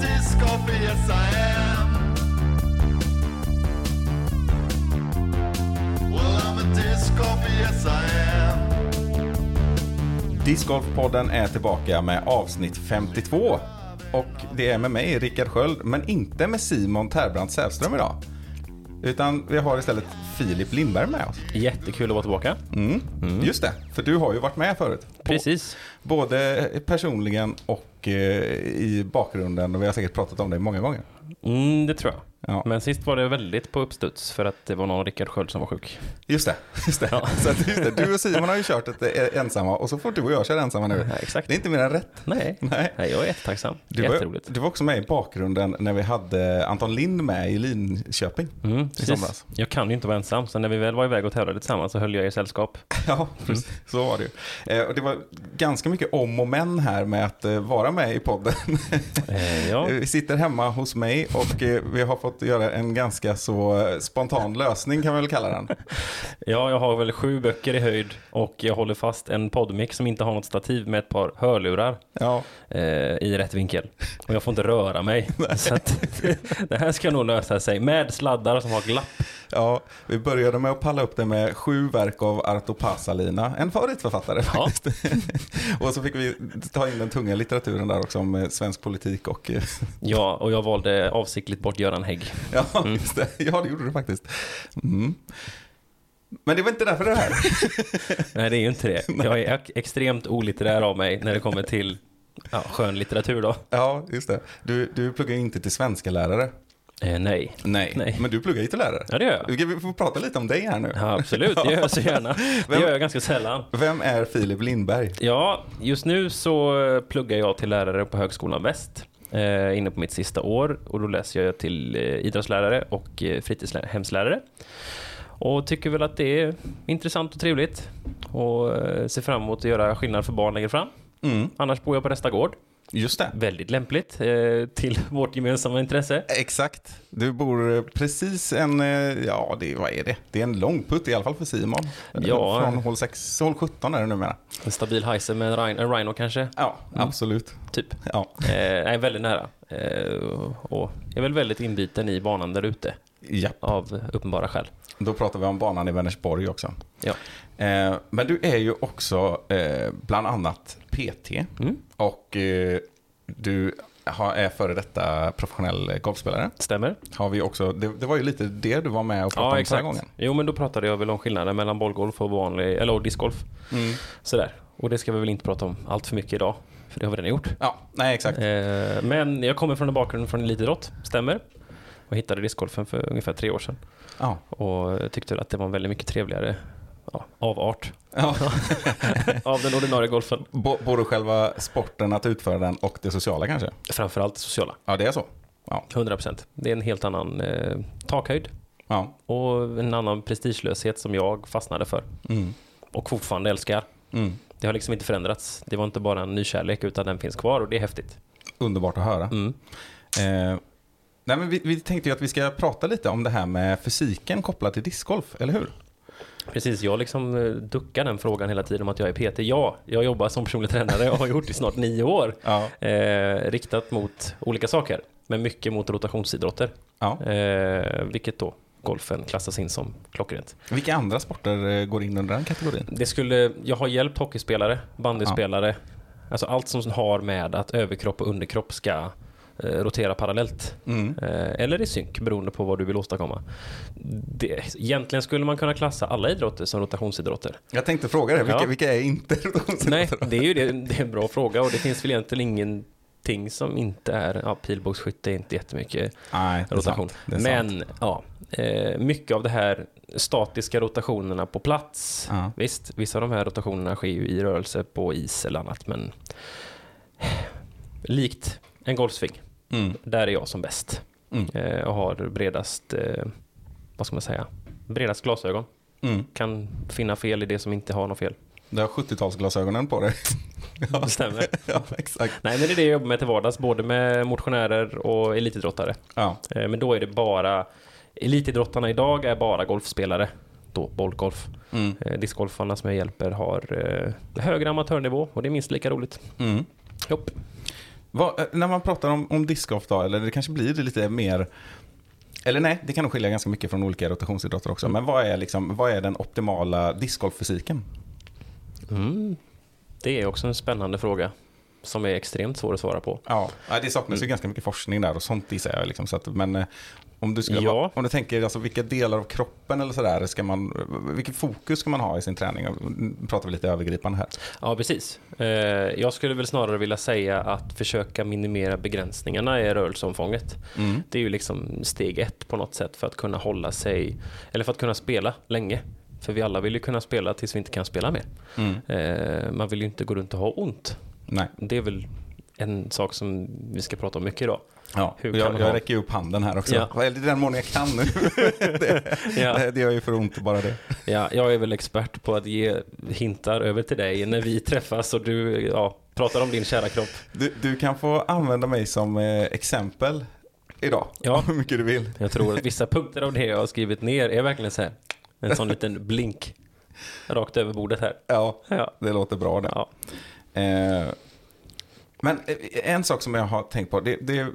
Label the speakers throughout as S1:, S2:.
S1: discgolf i SAM. Well, I'm a discgolf i SAM.
S2: Discgolfpodden är tillbaka med avsnitt 52. Och det är med mig, Rickard Sköld, men inte med Simon Terbrant Sävström idag. Utan vi har istället Filip Lindberg med oss.
S3: Jättekul att vara tillbaka.
S2: Just det, för du har ju varit med förut.
S3: Precis.
S2: Både personligen och i bakgrunden, och vi har säkert pratat om det många gånger.
S3: Det tror jag.
S2: Ja.
S3: Men sist var det väldigt på uppstuds för att det var någon Rickard Sköld som var sjuk.
S2: Just det.
S3: Ja.
S2: Så att, just det. Du och Simon har ju kört ett ensamma, och så får du och jag köra ensamma nu.
S3: Ja, exakt.
S2: Det är inte mer än rätt.
S3: Nej, jag är jättetacksam. Jätteroligt.
S2: Du var också med i bakgrunden när vi hade Anton Lind med i Linköping i somras.
S3: Jag kan ju inte vara ensam, så när vi väl var iväg och tävlade tillsammans så höll jag i sällskap.
S2: Ja, precis. Så var det ju. Och det var ganska mycket om och men här med att vara med i podden.
S3: Ja.
S2: Vi sitter hemma hos mig och vi har fått göra en ganska så spontan lösning, kan man väl kalla den.
S3: Ja, jag har väl 7 böcker i höjd och jag håller fast en poddmick som inte har något stativ med ett par hörlurar i rätt vinkel. Och jag får inte röra mig. Så att, det här ska nog lösa sig med sladdar som har glapp.
S2: Ja, vi började med att palla upp det med 7 verk av Arto Pasalina, en favoritförfattare faktiskt. Och så fick vi ta in den tunga litteraturen där också om svensk politik och...
S3: Ja, och jag valde avsiktligt bort Göran Hägg.
S2: Ja, just det. Ja, det gjorde du faktiskt. Men det var inte därför det här.
S3: Nej, det är ju inte det. Jag är extremt olitterär av mig när det kommer till skön litteratur då.
S2: Ja, just det. Du pluggar inte till svenska lärare.
S3: Nej.
S2: Men du pluggar ju till lärare.
S3: Ja, det gör jag.
S2: Vi får prata lite om dig här nu.
S3: Ja, absolut, det gör jag så gärna. Det gör jag ganska sällan.
S2: Vem är Filip Lindberg?
S3: Ja, just nu så pluggar jag till lärare på Högskolan Väst. Inne på mitt sista år. Och då läser jag till idrottslärare och fritidshemslärare. Och tycker väl att det är intressant och trevligt. Och ser fram emot att göra skillnad för barn längre fram. Annars bor jag på Restagård.
S2: Just det.
S3: Väldigt lämpligt till vårt gemensamma intresse.
S2: Exakt. Du bor precis vad är det? Det är en lång putt i alla fall för Simon.
S3: Ja.
S2: Från hål 6, hål 17 är det numera.
S3: En stabil heiser med en Rhino kanske.
S2: Ja, absolut.
S3: Typ.
S2: Ja.
S3: Nej, väldigt nära. Och jag är väl väldigt inbiten i banan där ute.
S2: Ja.
S3: Av uppenbara skäl.
S2: Då pratar vi om banan i Vänersborg också.
S3: Ja.
S2: Men du är ju också bland annat PT. Och du är före detta professionell golfspelare.
S3: Stämmer.
S2: Har vi också, det var ju lite det du var med och pratade om förra gången.
S3: Jo, men då pratade jag väl om skillnaden mellan bollgolf och eller discgolf. Sådär. Och det ska vi väl inte prata om allt för mycket idag. För det har vi redan gjort.
S2: Ja, nej exakt.
S3: Men jag kommer från en bakgrund från elitidrott. Stämmer. Och hittade discgolfen för ungefär 3 år sedan.
S2: Ja.
S3: Och tyckte att det var en väldigt mycket trevligare avart
S2: Ja.
S3: av den ordinarie golfen.
S2: Både själva sporten, att utföra den, och det sociala kanske?
S3: Framförallt det sociala.
S2: Ja, det är så. Ja.
S3: 100%. Det är en helt annan takhöjd.
S2: Ja.
S3: Och en annan prestigelöshet som jag fastnade för. Och fortfarande älskar. Det har liksom inte förändrats. Det var inte bara en ny kärlek, utan den finns kvar, och det är häftigt.
S2: Underbart att höra. Nej, men vi tänkte ju att vi ska prata lite om det här med fysiken kopplat till discgolf, eller hur?
S3: Precis, jag liksom duckar den frågan hela tiden om att jag är PT. Ja, jag jobbar som personlig tränare och har gjort i snart 9 år. Ja. Riktat mot olika saker, men mycket mot rotationsidrotter. Ja. Vilket då golfen klassas in som klockrent.
S2: Vilka andra sporter går in under den kategorin?
S3: Jag har hjälpt hockeyspelare, bandyspelare. Alltså allt som har med att överkropp och underkropp ska rotera parallellt. Eller i synk, beroende på vad du vill åstadkomma. Egentligen skulle man kunna klassa alla idrotter som rotationsidrotter.
S2: Jag tänkte fråga dig, vilka är inte rotationsidrotter?
S3: Nej, det är ju det är en bra fråga, och det finns väl egentligen ingenting som inte är... pilbågsskytte är inte jättemycket rotation. Men mycket av det här statiska rotationerna på plats. Visst, vissa av de här rotationerna sker ju i rörelse på is eller annat, men likt en golfsving. Där är jag som bäst. Och har bredast bredast glasögon. Kan finna fel i det som inte har något fel.
S2: Du har 70-talsglasögonen på dig.
S3: Ja, det stämmer.
S2: Ja, exakt.
S3: Nej, men det är det jag jobbar med till vardags, både med motionärer och elitidrottare. Ja. Men då är det bara... Elitidrottarna idag är bara golfspelare. Då bollgolf. Discgolfarna som jag hjälper har högre amatörnivå, och det är minst lika roligt. Jopp.
S2: När man pratar om discgolf då, eller det kanske blir det lite mer, eller nej, det kan nog skilja ganska mycket från olika rotationsidrotter också, men vad är den optimala discgolffysiken?
S3: Det är också en spännande fråga som är extremt svår att svara på.
S2: Ja, det saknas ju ganska mycket forskning där och sånt i sig liksom, så att, men om du tänker alltså, vilka delar av kroppen eller sådär vilket fokus ska man ha i sin träning? Nu pratar vi lite övergripande här.
S3: Ja, precis. Jag skulle väl snarare vilja säga att försöka minimera begränsningarna i rörelseomfånget. Det är ju liksom steg 1 på något sätt för att kunna hålla sig, eller för att kunna spela länge. För vi alla vill ju kunna spela tills vi inte kan spela mer. Man vill ju inte gå runt och ha ont.
S2: Nej.
S3: Det är väl en sak som vi ska prata om mycket idag.
S2: Ja, jag räcker ju upp handen här också.
S3: Ja.
S2: Eller den mån jag kan nu. Det gör ju för ont bara det.
S3: Ja, jag är väl expert på att ge hintar över till dig när vi träffas och du pratar om din kära kropp.
S2: Du kan få använda mig som exempel idag.
S3: Ja.
S2: Hur mycket du vill.
S3: Jag tror att vissa punkter av det jag har skrivit ner är verkligen så här. En sån liten blink rakt över bordet här.
S2: Ja. Det låter bra det.
S3: Ja.
S2: Men en sak som jag har tänkt på,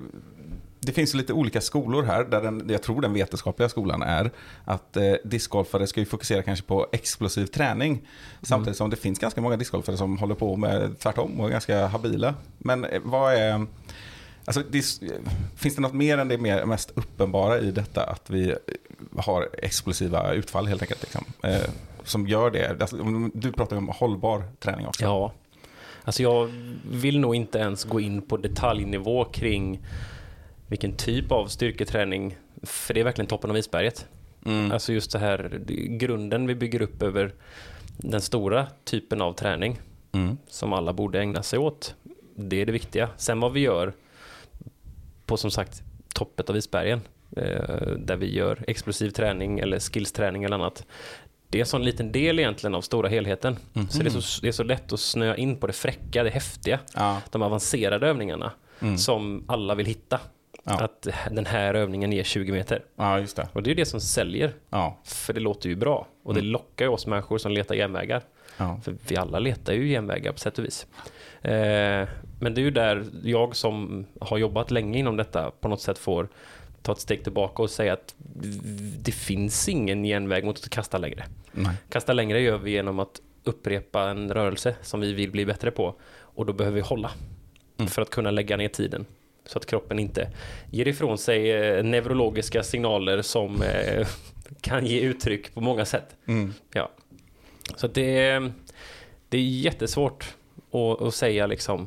S2: det finns ju lite olika skolor här, där jag tror den vetenskapliga skolan är att discgolfare ska ju fokusera kanske på explosiv träning, samtidigt som det finns ganska många discgolfare som håller på med tvärtom och är ganska habila. Men vad är... Alltså, finns det något mer än det mest uppenbara i detta att vi har explosiva utfall helt enkelt liksom, som gör det? Alltså, du pratar om hållbar träning också.
S3: Ja, alltså jag vill nog inte ens gå in på detaljnivå kring vilken typ av styrketräning, för det är verkligen toppen av isberget. Alltså just det här, grunden vi bygger upp över den stora typen av träning som alla borde ägna sig åt. Det är det viktiga. Sen vad vi gör på, som sagt, toppet av isbergen, där vi gör explosiv träning eller skillsträning eller annat. Det är en sån liten del egentligen av stora helheten. Så det är så lätt att snöa in på det fräcka, det häftiga. De avancerade övningarna som alla vill hitta. Att den här övningen ger 20 meter.
S2: Ja, just det.
S3: Och det är det som säljer. För det låter ju bra. Och det lockar ju oss människor som letar genvägar. För vi alla letar ju genvägar på sätt och vis. Men det är ju där jag som har jobbat länge inom detta på något sätt får ta ett steg tillbaka och säga att det finns ingen genväg mot att kasta längre. Kasta längre gör vi genom att upprepa en rörelse som vi vill bli bättre på. Och då behöver vi hålla för att kunna lägga ner tiden. Så att kroppen inte ger ifrån sig neurologiska signaler som kan ge uttryck på många sätt. Ja. Så det är jättesvårt att säga liksom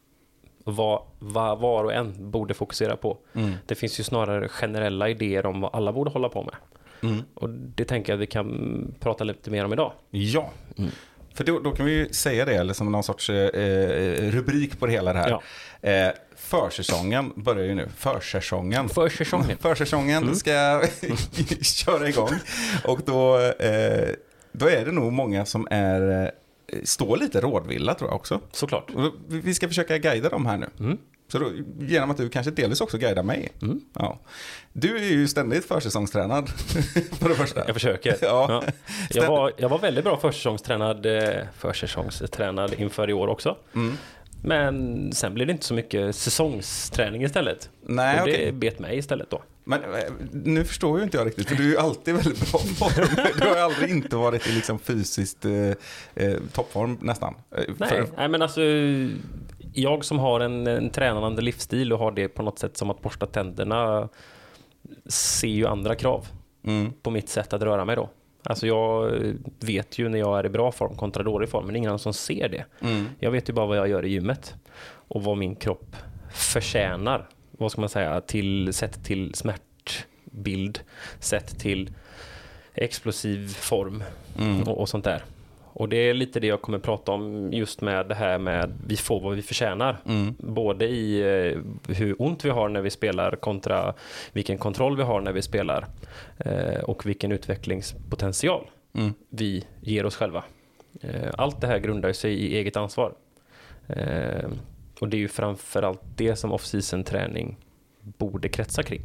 S3: vad var och en borde fokusera på. Det finns ju snarare generella idéer om vad alla borde hålla på med. Och det tänker jag att vi kan prata lite mer om idag.
S2: Ja. För då kan vi ju säga det, eller som någon sorts rubrik på det hela här. Försäsongen börjar ju nu. Försäsongen ska köra igång. Och då är det nog många som står lite rådvilla, tror jag också.
S3: Såklart.
S2: Och vi ska försöka guida dem här nu. Så då, genom att du kanske delvis också guidar mig. Ja. Du är ju ständigt försäsongstränad för det första.
S3: Jag försöker. Ja. Jag var väldigt bra försäsongstränad inför i år också. Men sen blev det inte så mycket säsongsträning istället.
S2: Nej,
S3: och det bet mig istället då. Men
S2: nu förstår ju inte jag riktigt, för du är ju alltid väldigt bra form. Du har ju aldrig inte varit i liksom fysiskt toppform nästan.
S3: Nej, men alltså jag som har en tränande livsstil och har det på något sätt som att borsta tänderna, ser ju andra krav på mitt sätt att röra mig då. Alltså jag vet ju när jag är i bra form kontra dålig form, men ingen annan som ser det. Jag vet ju bara vad jag gör i gymmet och vad min kropp förtjänar. Vad ska man säga? Sett till smärtbild, sett till explosiv form och sånt där. Och det är lite det jag kommer prata om just med det här med vi får vad vi förtjänar. Både i hur ont vi har när vi spelar kontra vilken kontroll vi har när vi spelar. Och vilken utvecklingspotential vi ger oss själva. Allt det här grundar sig i eget ansvar. Och det är ju framförallt det som off-season träning borde kretsa kring.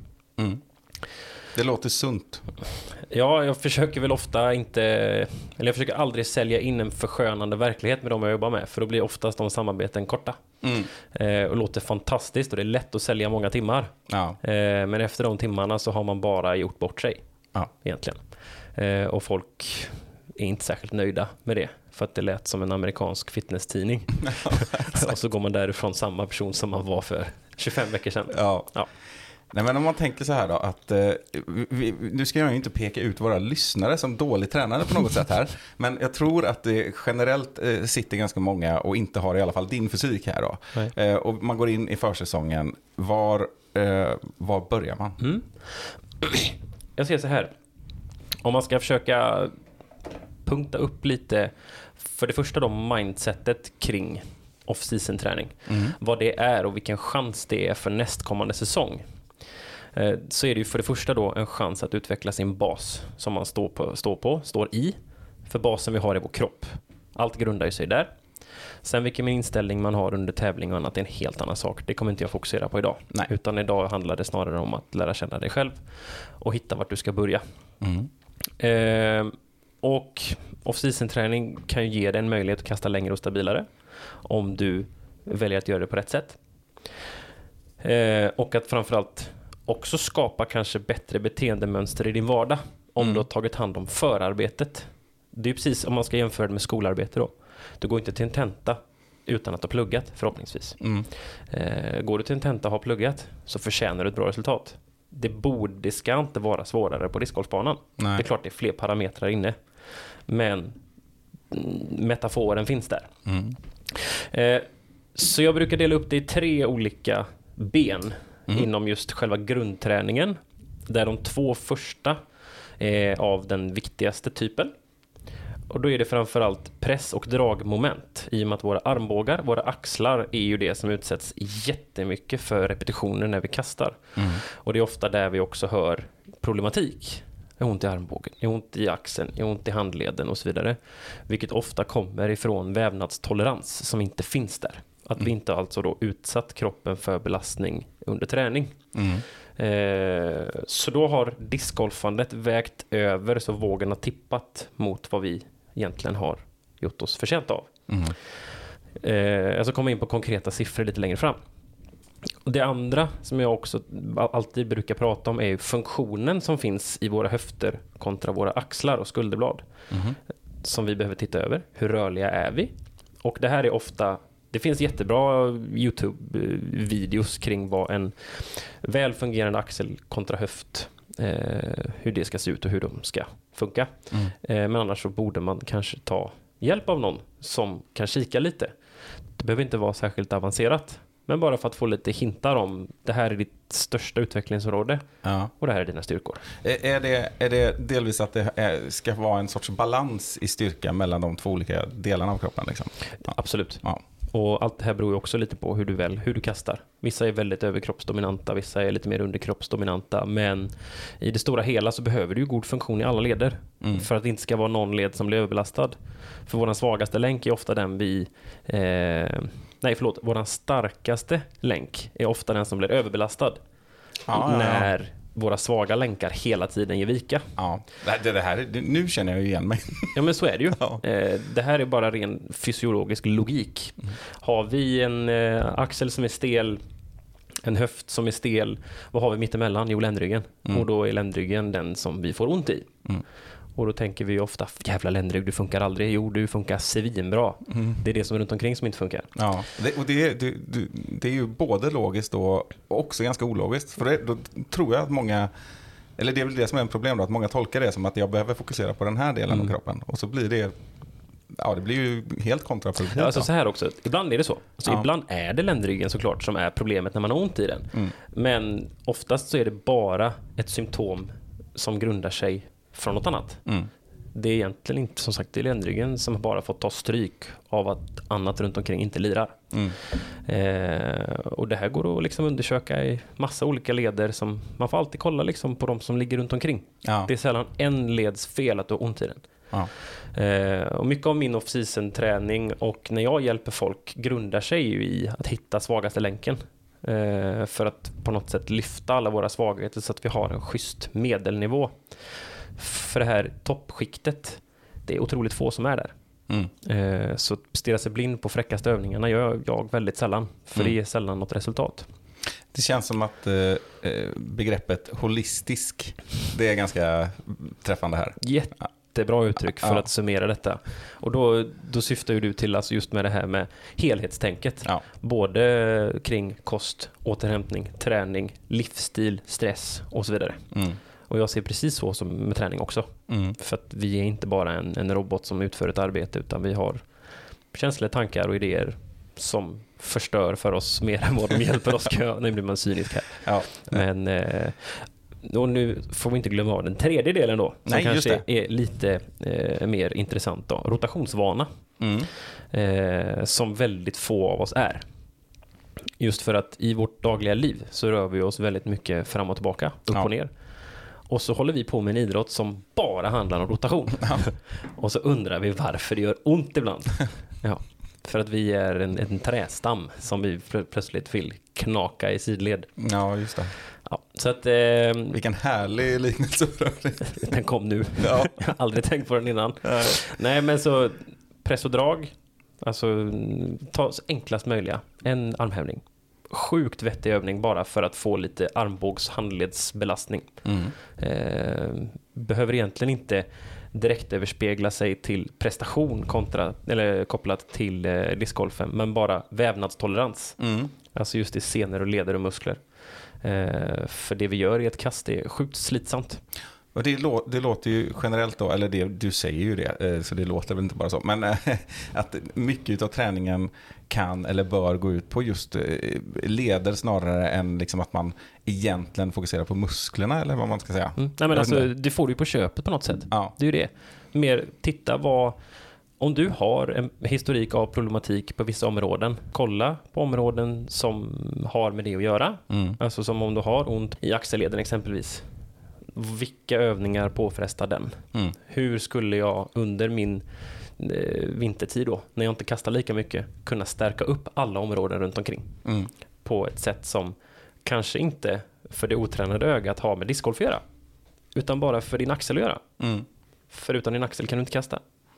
S2: Det låter sunt.
S3: Ja, jag försöker väl ofta inte, eller jag försöker aldrig sälja in en förskönande verklighet med de jag jobbar med, för då blir oftast de samarbeten korta. Och låter fantastiskt och det är lätt att sälja många timmar.
S2: Ja.
S3: Men efter de timmarna så har man bara gjort bort sig egentligen. Och folk är inte särskilt nöjda med det. För att det lät som en amerikansk fitnesstidning. Och så går man därifrån samma person som man var för 25 veckor sedan.
S2: Ja. Nej, men om man tänker så här då, att nu ska jag ju inte peka ut våra lyssnare som dåligt tränade på något sätt här, men jag tror att det generellt sitter ganska många och inte har i alla fall din fysik här då. Och man går in i försäsongen, var börjar man?
S3: Jag ser så här, om man ska försöka punkta upp lite, för det första då mindsetet kring off-season träning, vad det är och vilken chans det är för nästkommande säsong. Så är det ju för det första då en chans att utveckla sin bas som man står i, för basen vi har i vår kropp. Allt grundar ju sig där. Sen vilken inställning man har under tävling och annat är en helt annan sak. Det kommer inte jag fokusera på idag.
S2: Nej.
S3: Utan idag handlar det snarare om att lära känna dig själv och hitta vart du ska börja. Och off-season träning kan ju ge dig en möjlighet att kasta längre och stabilare om du väljer att göra det på rätt sätt. Och att framförallt också skapa kanske bättre beteendemönster i din vardag om du har tagit hand om förarbetet. Det är precis om man ska jämföra det med skolarbete då. Du går inte till en tenta utan att ha pluggat, förhoppningsvis. Går du till en tenta och har pluggat så förtjänar du ett bra resultat. Det ska inte vara svårare på discgolfbanan.
S2: Nej.
S3: Det är klart det är fler parametrar inne. Men metaforen finns där. Så jag brukar dela upp det i 3 olika ben inom just själva grundträningen. Där de 2 första är av den viktigaste typen. Och då är det framförallt press- och dragmoment. I och med att våra armbågar, våra axlar är ju det som utsätts jättemycket för repetitioner när vi kastar. Och det är ofta där vi också hör problematik. Jag har ont i armbågen, jag har ont i axeln, jag har ont i handleden och så vidare. Vilket ofta kommer ifrån vävnadstolerans som inte finns där. Att vi inte alltså då utsatt kroppen för belastning under träning. Så då har discgolfandet vägt över så vågen har tippat mot vad vi egentligen har gjort oss förtjänt av. Jag ska komma in på konkreta siffror lite längre fram. Och det andra som jag också alltid brukar prata om är funktionen som finns i våra höfter kontra våra axlar och skulderblad. Som vi behöver titta över. Hur rörliga är vi? Och det här är ofta... Det finns jättebra YouTube-videos kring vad en väl fungerande axel kontra höft, hur det ska se ut och hur de ska funka. Men annars så borde man kanske ta hjälp av någon som kan kika lite. Det behöver inte vara särskilt avancerat, men bara för att få lite hintar om det här är ditt största utvecklingsområde och det här är dina styrkor.
S2: Är det delvis att det ska vara en sorts balans i styrka mellan de 2 olika delarna av kroppen? Liksom?
S3: Absolut.
S2: Ja.
S3: Och allt det här beror ju också lite på hur du kastar. Vissa är väldigt överkroppsdominanta, vissa är lite mer underkroppsdominanta. Men i det stora hela så behöver du ju god funktion i alla leder. För att det inte ska vara någon led som blir överbelastad. För våran svagaste länk är ofta den våran starkaste länk är ofta den som blir överbelastad. När våra svaga länkar hela tiden ger vika.
S2: Ja, det här, nu känner jag ju igen mig.
S3: Ja, men så är det ju. Det här är bara ren fysiologisk logik. Har vi en axel som är stel, en höft som är stel, vad har vi mittemellan? Jo, ländryggen. Och då är ländryggen den som vi får ont i. Och då tänker vi ju ofta, jävla ländrygg, du funkar aldrig. Jo, du funkar svinbra. Det är det som är runt omkring som inte funkar.
S2: Ja, det är ju både logiskt och också ganska ologiskt. För då tror jag att många, eller det är väl det som är en problem då, att många tolkar det som att jag behöver fokusera på den här delen av kroppen. Och så blir det, det blir ju helt kontraproduktivt.
S3: Ja, alltså så här också, ibland är det så. Alltså ibland är det ländryggen såklart som är problemet när man har ont i den. Men oftast så är det bara ett symptom som grundar sig från något annat. Det är egentligen inte, som sagt, det är ländryggen som bara fått ta stryk av att annat runt omkring inte lirar. Och det här går att liksom undersöka i massa olika leder som man får alltid kolla liksom på de som ligger runt omkring. Det är sällan en leds fel att du har ont i den. Och mycket av min off-season träning och när jag hjälper folk grundar sig ju i att hitta svagaste länken. För att på något sätt lyfta alla våra svagheter så att vi har en schysst medelnivå. För det här toppskiktet, det är otroligt få som är där. Så stirra sig blind på fräckaste övningarna gör jag väldigt sällan. För det ger sällan något resultat.
S2: Det känns som att begreppet holistisk, det är ganska träffande här.
S3: Jättebra uttryck för att summera detta. Och då syftar ju du till alltså just med det här med helhetstänket. Ja. Både kring kost, återhämtning, träning, livsstil, stress och så vidare. Och jag ser precis så som med träning också. För att vi är inte bara en robot som utför ett arbete, utan vi har känslor, tankar och idéer som förstör för oss mer än vad de hjälper oss. Nu blir man cynisk här. Ja. Men och nu får vi inte glömma av den tredje delen då. Som kanske är lite mer intressant då. Rotationsvana. Som väldigt få av oss är. Just för att i vårt dagliga liv så rör vi oss väldigt mycket fram och tillbaka, upp och ner. Och så håller vi på med en idrott som bara handlar om rotation. Ja. Och så undrar vi varför det gör ont ibland. Ja. För att vi är en trästam som vi plötsligt vill knaka i sidled.
S2: Ja, just det.
S3: Ja, så att,
S2: vilken härlig liknelse.
S3: Den kom nu. Ja. Jag har aldrig tänkt på den innan. Nej, men så press och drag. Alltså ta så enklast möjliga. En armhävning. Sjukt vettig övning bara för att få lite armbågs-handledsbelastning. Behöver egentligen inte direkt överspegla sig till prestation eller kopplat till discgolfen, men bara vävnadstolerans. Alltså just i senor och leder och muskler. För det vi gör i ett kast är sjukt slitsamt.
S2: Och det låter ju generellt då, eller du säger ju det, så det låter väl inte bara så, men att mycket av träningen kan eller bör gå ut på just leder snarare än liksom att man egentligen fokuserar på musklerna, eller vad man ska säga.
S3: Nej, men alltså, det får du på köpet på något sätt. Ja. Det är ju det. Mer titta om du har en historik av problematik på vissa områden, kolla på områden som har med det att göra. Alltså som om du har ont i axelleden exempelvis. Vilka övningar påfrestar den? Hur skulle jag under min vintertid då, när jag inte kastar lika mycket, kunna stärka upp alla områden runt omkring på ett sätt som kanske inte för det otränade ögat har med discgolf att göra, utan bara för din axel att göra. För utan din axel kan du inte kasta.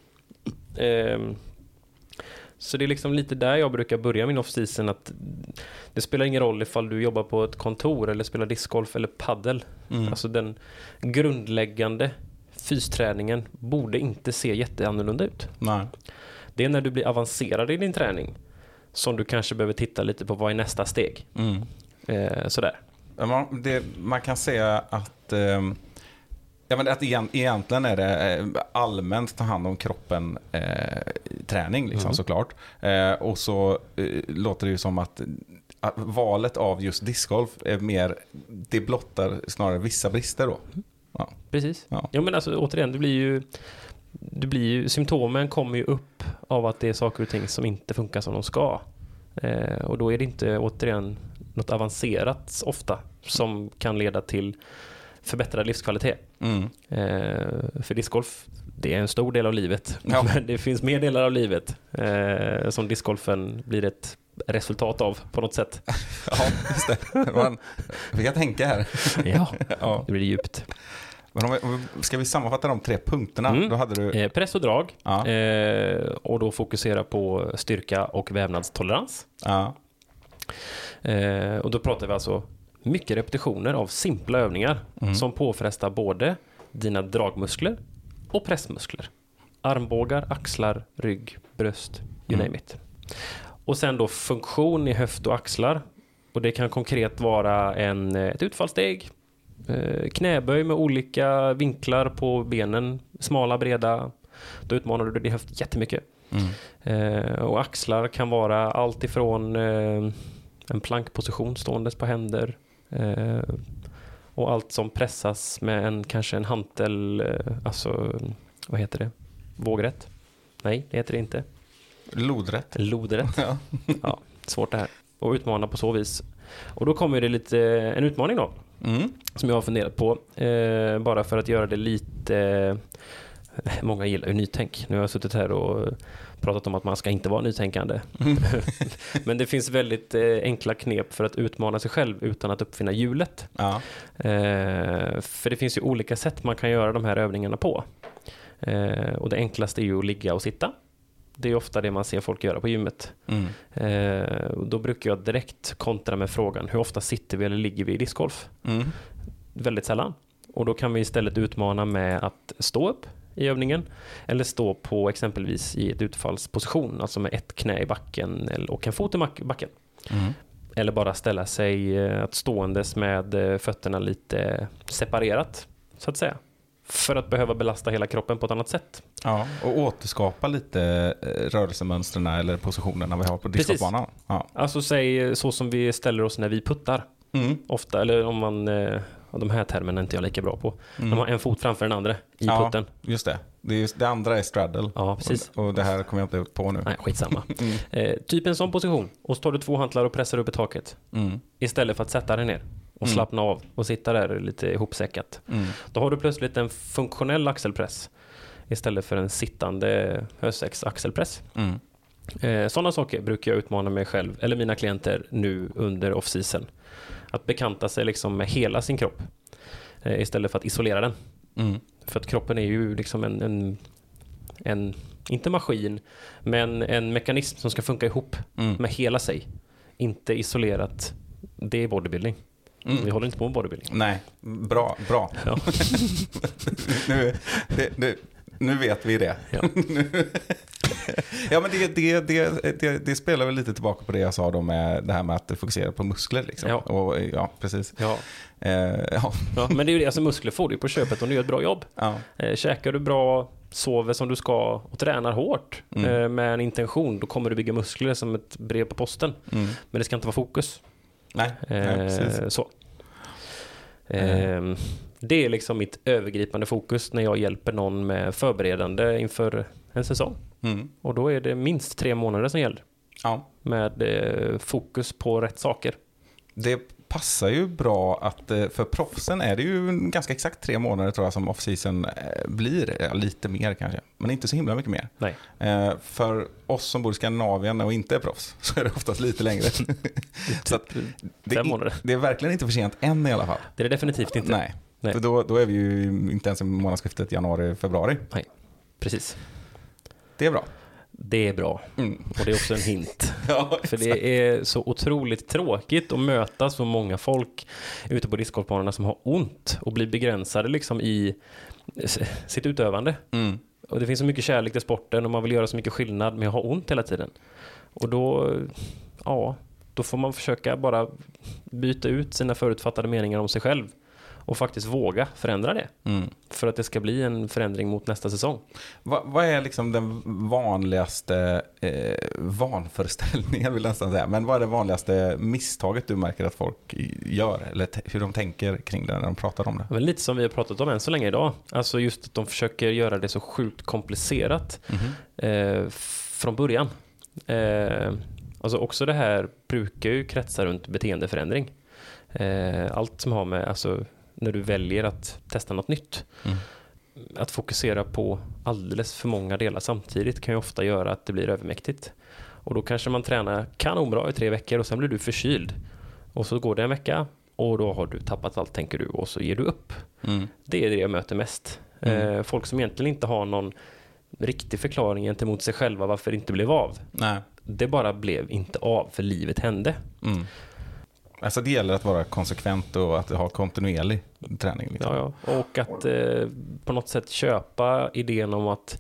S3: Så det är liksom lite där jag brukar börja min off-season, att det spelar ingen roll ifall du jobbar på ett kontor eller spelar discgolf eller paddel. Alltså den grundläggande fysträningen borde inte se jätteannorlunda ut. Nej. Det är när du blir avancerad i din träning som du kanske behöver titta lite på vad är nästa steg. Sådär.
S2: Man kan säga att men att egentligen är det allmänt ta hand om kroppen träning liksom, såklart. Och så låter det ju som att valet av just discgolf är mer, det blottar snarare vissa brister då. Ja.
S3: Precis. Ja, men alltså återigen, det blir ju symptomen kommer ju upp av att det är saker och ting som inte funkar som de ska. Och då är det inte återigen något avancerat ofta som kan leda till förbättrad livskvalitet. För discgolf, det är en stor del av livet. Ja. Men det finns mer delar av livet som discgolfen blir ett resultat av på något sätt.
S2: Ja, just det. Vi kan tänka här.
S3: Ja, det blir djupt.
S2: Men ska vi sammanfatta de 3 punkterna? Då hade du
S3: press och drag. Ja. Och då fokusera på styrka och vävnadstolerans. Ja. Och då pratar vi alltså mycket repetitioner av simpla övningar som påfrestar både dina dragmuskler och pressmuskler. Armbågar, axlar, rygg, bröst, you name it. Och sen då funktion i höft och axlar. Och det kan konkret vara ett utfallssteg, knäböj med olika vinklar på benen, smala, breda. Då utmanar du din höft jättemycket. Och axlar kan vara allt ifrån en plankposition ståendes på händer, och allt som pressas med kanske en hantel, alltså vad heter det? Vågrätt? Nej, det heter det inte. Lodrätt. Ja, svårt det här. Och utmana på så vis. Och då kommer det lite en utmaning då. Som jag har funderat på. Bara för att göra det lite... Många gillar ju nytänk. Nu har jag suttit här och pratat om att man ska inte vara nytänkande. Men det finns väldigt enkla knep för att utmana sig själv utan att uppfinna hjulet. Ja. För det finns ju olika sätt man kan göra de här övningarna på. Och det enklaste är ju att ligga och sitta. Det är ofta det man ser folk göra på gymmet. Då brukar jag direkt kontra med frågan, hur ofta sitter vi eller ligger vi i discgolf? Väldigt sällan. Och då kan vi istället utmana med att stå upp i övningen eller stå på exempelvis i ett utfallsposition, alltså med ett knä i backen och en fot i backen. Eller bara ställa sig att ståendes med fötterna lite separerat, så att säga. För att behöva belasta hela kroppen på ett annat sätt.
S2: Ja, och återskapa lite rörelsemönstren eller positionerna vi har på discgolfbanan. Ja.
S3: Alltså säg så som vi ställer oss när vi puttar. Ofta, eller om man... de här termerna är inte jag lika bra på. De har en fot framför den andra i putten.
S2: Just det. Det andra är straddle.
S3: Ja, precis.
S2: Och det här kommer jag inte på nu.
S3: Nej, skitsamma. Typ en sån position. Och så tar du 2 hantlar och pressar upp i taket. Istället för att sätta dig ner och slappna av och sitta där lite ihopsäckat. Då har du plötsligt en funktionell axelpress istället för en sittande hösäcks axelpress. Sådana saker brukar jag utmana mig själv eller mina klienter nu under off-season. Att bekanta sig liksom med hela sin kropp istället för att isolera den. För att kroppen är ju liksom en inte maskin, men en mekanism som ska funka ihop med hela sig. Inte isolerat. Det är bodybuilding. Vi håller inte på med bodybuilding.
S2: Nej, bra. Ja. nu vet vi det. Ja. Ja, men det spelar väl lite tillbaka på det jag sa då med det här med att fokusera på muskler liksom.
S3: Ja.
S2: Och, ja, precis.
S3: Ja. Ja, men det är ju det, alltså muskler får du på köpet om du gör ett bra jobb. Ja. Käkar du bra, sover som du ska och tränar hårt med en intention, då kommer du bygga muskler som ett brev på posten. Men det ska inte vara fokus.
S2: Nej, precis.
S3: Så. Det är liksom mitt övergripande fokus när jag hjälper någon med förberedande inför en säsong. Och då är det minst 3 månader som gäller. Ja. Med fokus på rätt saker.
S2: Det passar ju bra att för proffsen är det ju ganska exakt 3 månader tror jag som off-season blir. Lite mer kanske, men inte så himla mycket mer.
S3: Nej.
S2: För oss som bor i Skandinavien och inte är proffs så är det oftast lite längre. Så att
S3: 5 månader.
S2: Det är verkligen inte för sent än i alla fall.
S3: Det är det definitivt inte.
S2: Nej. För då är vi ju inte ens i månadsskiftet januari-februari.
S3: Nej, precis.
S2: Det är bra.
S3: Det är bra. Och det är också en hint. Ja, för det är så otroligt tråkigt att möta så många folk ute på discgolfbanorna som har ont och blir begränsade liksom i sitt utövande. Och det finns så mycket kärlek till sporten och man vill göra så mycket skillnad men har ont hela tiden. Och då får man försöka bara byta ut sina förutfattade meningar om sig själv och faktiskt våga förändra det. För att det ska bli en förändring mot nästa säsong.
S2: Vad är liksom den vanligaste vanföreställningen vill jag nästan säga. Men vad är det vanligaste misstaget du märker att folk gör? Eller hur de tänker kring det när de pratar om det?
S3: Men lite som vi har pratat om än så länge idag. Alltså just att de försöker göra det så sjukt komplicerat från början. Alltså också det här brukar ju kretsa runt beteendeförändring. Allt som har med, alltså när du väljer att testa något nytt. Att fokusera på alldeles för många delar samtidigt kan ju ofta göra att det blir övermäktigt. Och då kanske man tränar kanonbra i 3 veckor och sen blir du förkyld. Och så går det en vecka och då har du tappat allt, tänker du, och så ger du upp. Det är det jag möter mest. Folk som egentligen inte har någon riktig förklaring gentemot sig själva varför det inte blev av. Nej. Det bara blev inte av för livet hände.
S2: Alltså det gäller att vara konsekvent och att ha kontinuerlig träning. Liksom.
S3: Ja. Och att på något sätt köpa idén om att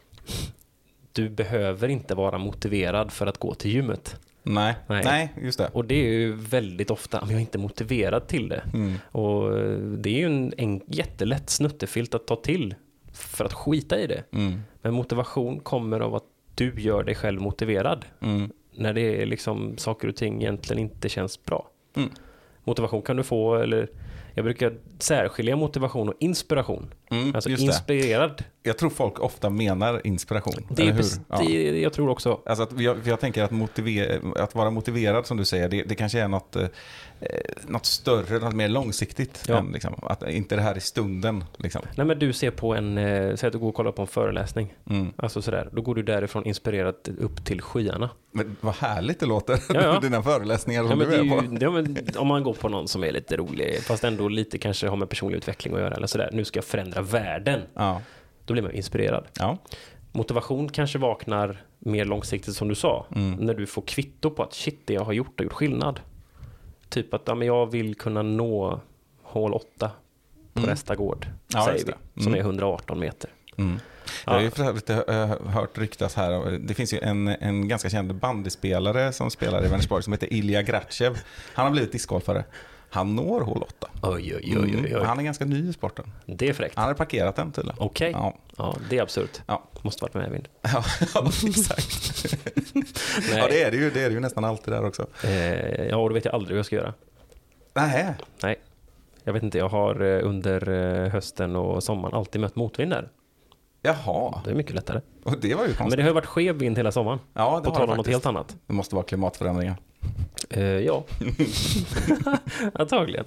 S3: du behöver inte vara motiverad för att gå till gymmet.
S2: Nej, just det.
S3: Och det är ju väldigt ofta, men jag är inte motiverad till det. Och det är ju en jättelätt snuttefilt att ta till för att skita i det. Men motivation kommer av att du gör dig själv motiverad. När det är liksom saker och ting egentligen inte känns bra. Motivation kan du få, eller jag brukar särskilja motivation och inspiration. Alltså inspirerad.
S2: Jag tror folk ofta menar inspiration.
S3: Det är det jag tror också.
S2: Alltså att jag tänker att vara motiverad som du säger, det kanske är något större, något mer långsiktigt än liksom, att inte det här i stunden liksom. Nej, men
S3: du ser på säg att du går och kollar på en föreläsning. Alltså sådär, då går du därifrån inspirerad upp till skyarna.
S2: Men vad härligt det låter. Dina föreläsningar som du är på.
S3: Om man går på någon som är lite rolig, fast ändå lite kanske har med personlig utveckling att göra eller sådär. Nu ska jag förändra världen. Ja. Då blir man inspirerad. Ja. Motivation kanske vaknar mer långsiktigt som du sa. När du får kvitto på att shit, det jag har gjort skillnad. Typ att men jag vill kunna nå hål 8 på nästa gård, säger vi, som är 118 meter.
S2: Jag har ju för övrigt hört ryktas här. Det finns ju en ganska känd bandyspelare som spelar i Vänersborg som heter Ilja Gratchev. Han har blivit discgolfare. Han når hål 8.
S3: Oj.
S2: Han är ganska ny i sporten.
S3: Det är fräckt.
S2: Han har parkerat den tydligen.
S3: Okej. Ja, det är absurt.
S2: Ja.
S3: Måste varit med, Vind.
S2: Ja, exakt. Ja, det är det ju nästan alltid där också.
S3: Ja, och då vet jag aldrig vad jag ska göra. Nej. Jag vet inte, jag har under hösten och sommaren alltid mött motvind där.
S2: Jaha.
S3: Det är mycket lättare.
S2: Och det var ju konstigt.
S3: Men det har ju varit skev vind hela sommaren.
S2: Ja, det
S3: på tal om något helt annat.
S2: Det måste vara klimatförändringar.
S3: Ja. Antagligen.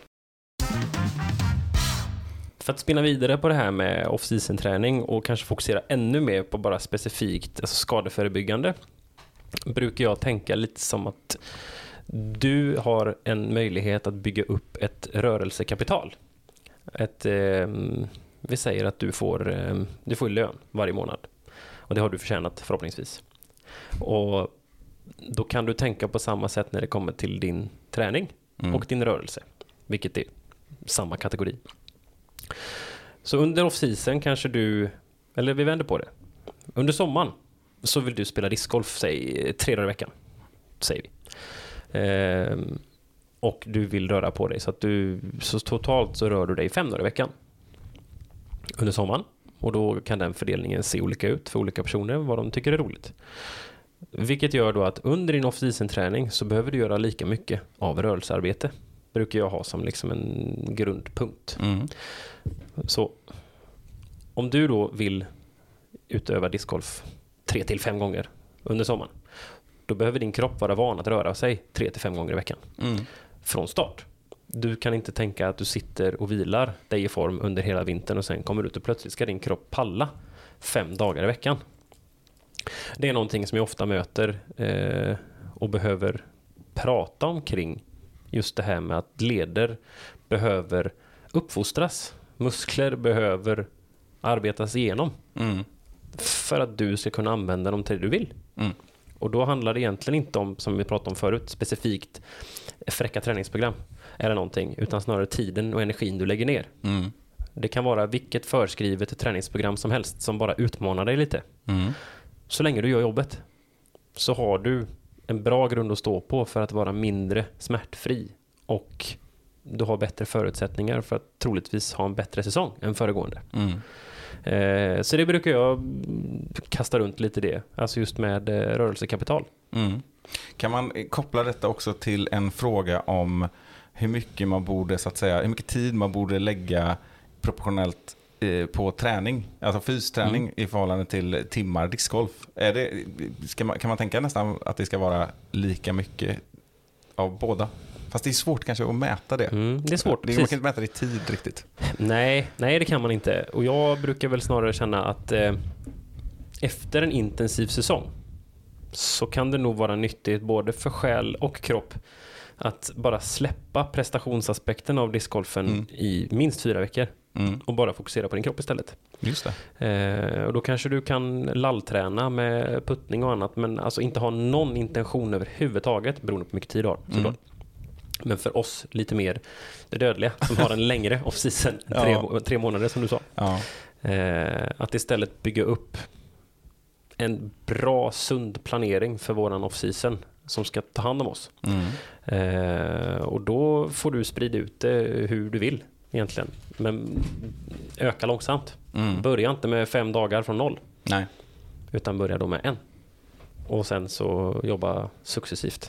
S3: För att spinna vidare på det här med off-season-träning och kanske fokusera ännu mer på bara specifikt alltså skadeförebyggande, brukar jag tänka lite som att du har en möjlighet att bygga upp ett rörelsekapital. Vi säger att du får lön varje månad. Och det har du förtjänat förhoppningsvis. Och då kan du tänka på samma sätt när det kommer till din träning och din rörelse. Vilket är samma kategori. Så under off-season kanske eller vi vänder på det. Under sommaren så vill du spela discgolf, säg 3 dagar i veckan. Säger vi. Och du vill röra på dig så totalt så rör du dig 5 dagar i veckan under sommaren, och då kan den fördelningen se olika ut för olika personer vad de tycker är roligt, vilket gör då att under din off-season träning så behöver du göra lika mycket av rörelsearbete, brukar jag ha som liksom en grundpunkt. Så om du då vill utöva discgolf 3-5 gånger under sommaren, då behöver din kropp vara van att röra sig 3-5 gånger i veckan från start. Du kan inte tänka att du sitter och vilar dig i form under hela vintern och sen kommer du ut och plötsligt ska din kropp palla 5 dagar i veckan. Det är någonting som jag ofta möter och behöver prata omkring, just det här med att leder behöver uppfostras, muskler behöver arbetas igenom för att du ska kunna använda dem till det du vill. Och då handlar det egentligen inte om, som vi pratade om förut, specifikt fräcka träningsprogram eller någonting, utan snarare tiden och energin du lägger ner. Det kan vara vilket förskrivet träningsprogram som helst som bara utmanar dig lite. Så länge du gör jobbet så har du en bra grund att stå på för att vara mindre smärtfri, och du har bättre förutsättningar för att troligtvis ha en bättre säsong än föregående. Så det brukar jag kasta runt lite det, alltså just med rörelsekapital.
S2: Kan man koppla detta också till en fråga om hur mycket man borde, så att säga, hur mycket tid man borde lägga proportionellt på träning, alltså fysträning i förhållande till timmar discgolf? Kan man tänka nästan att det ska vara lika mycket av båda? Fast det är svårt kanske att mäta det.
S3: Det är svårt.
S2: Man kan inte mäta det i tid riktigt.
S3: Nej, det kan man inte. Och jag brukar väl snarare känna att efter en intensiv säsong så kan det nog vara nyttigt både för själ och kropp att bara släppa prestationsaspekten av discgolfen i minst 4 veckor och bara fokusera på din kropp istället.
S2: Just det.
S3: Och då kanske du kan lallträna med puttning och annat, men alltså inte ha någon intention överhuvudtaget, beroende på hur mycket tid du har. Men för oss lite mer det dödliga som har en längre off-season, 3 månader som du sa. Att istället bygga upp en bra, sund planering för våran off-season som ska ta hand om oss. Och då får du sprida ut det hur du vill egentligen. Men öka långsamt. Börja inte med 5 dagar från 0.
S2: Nej.
S3: Utan börja då med 1. Och sen så jobba successivt.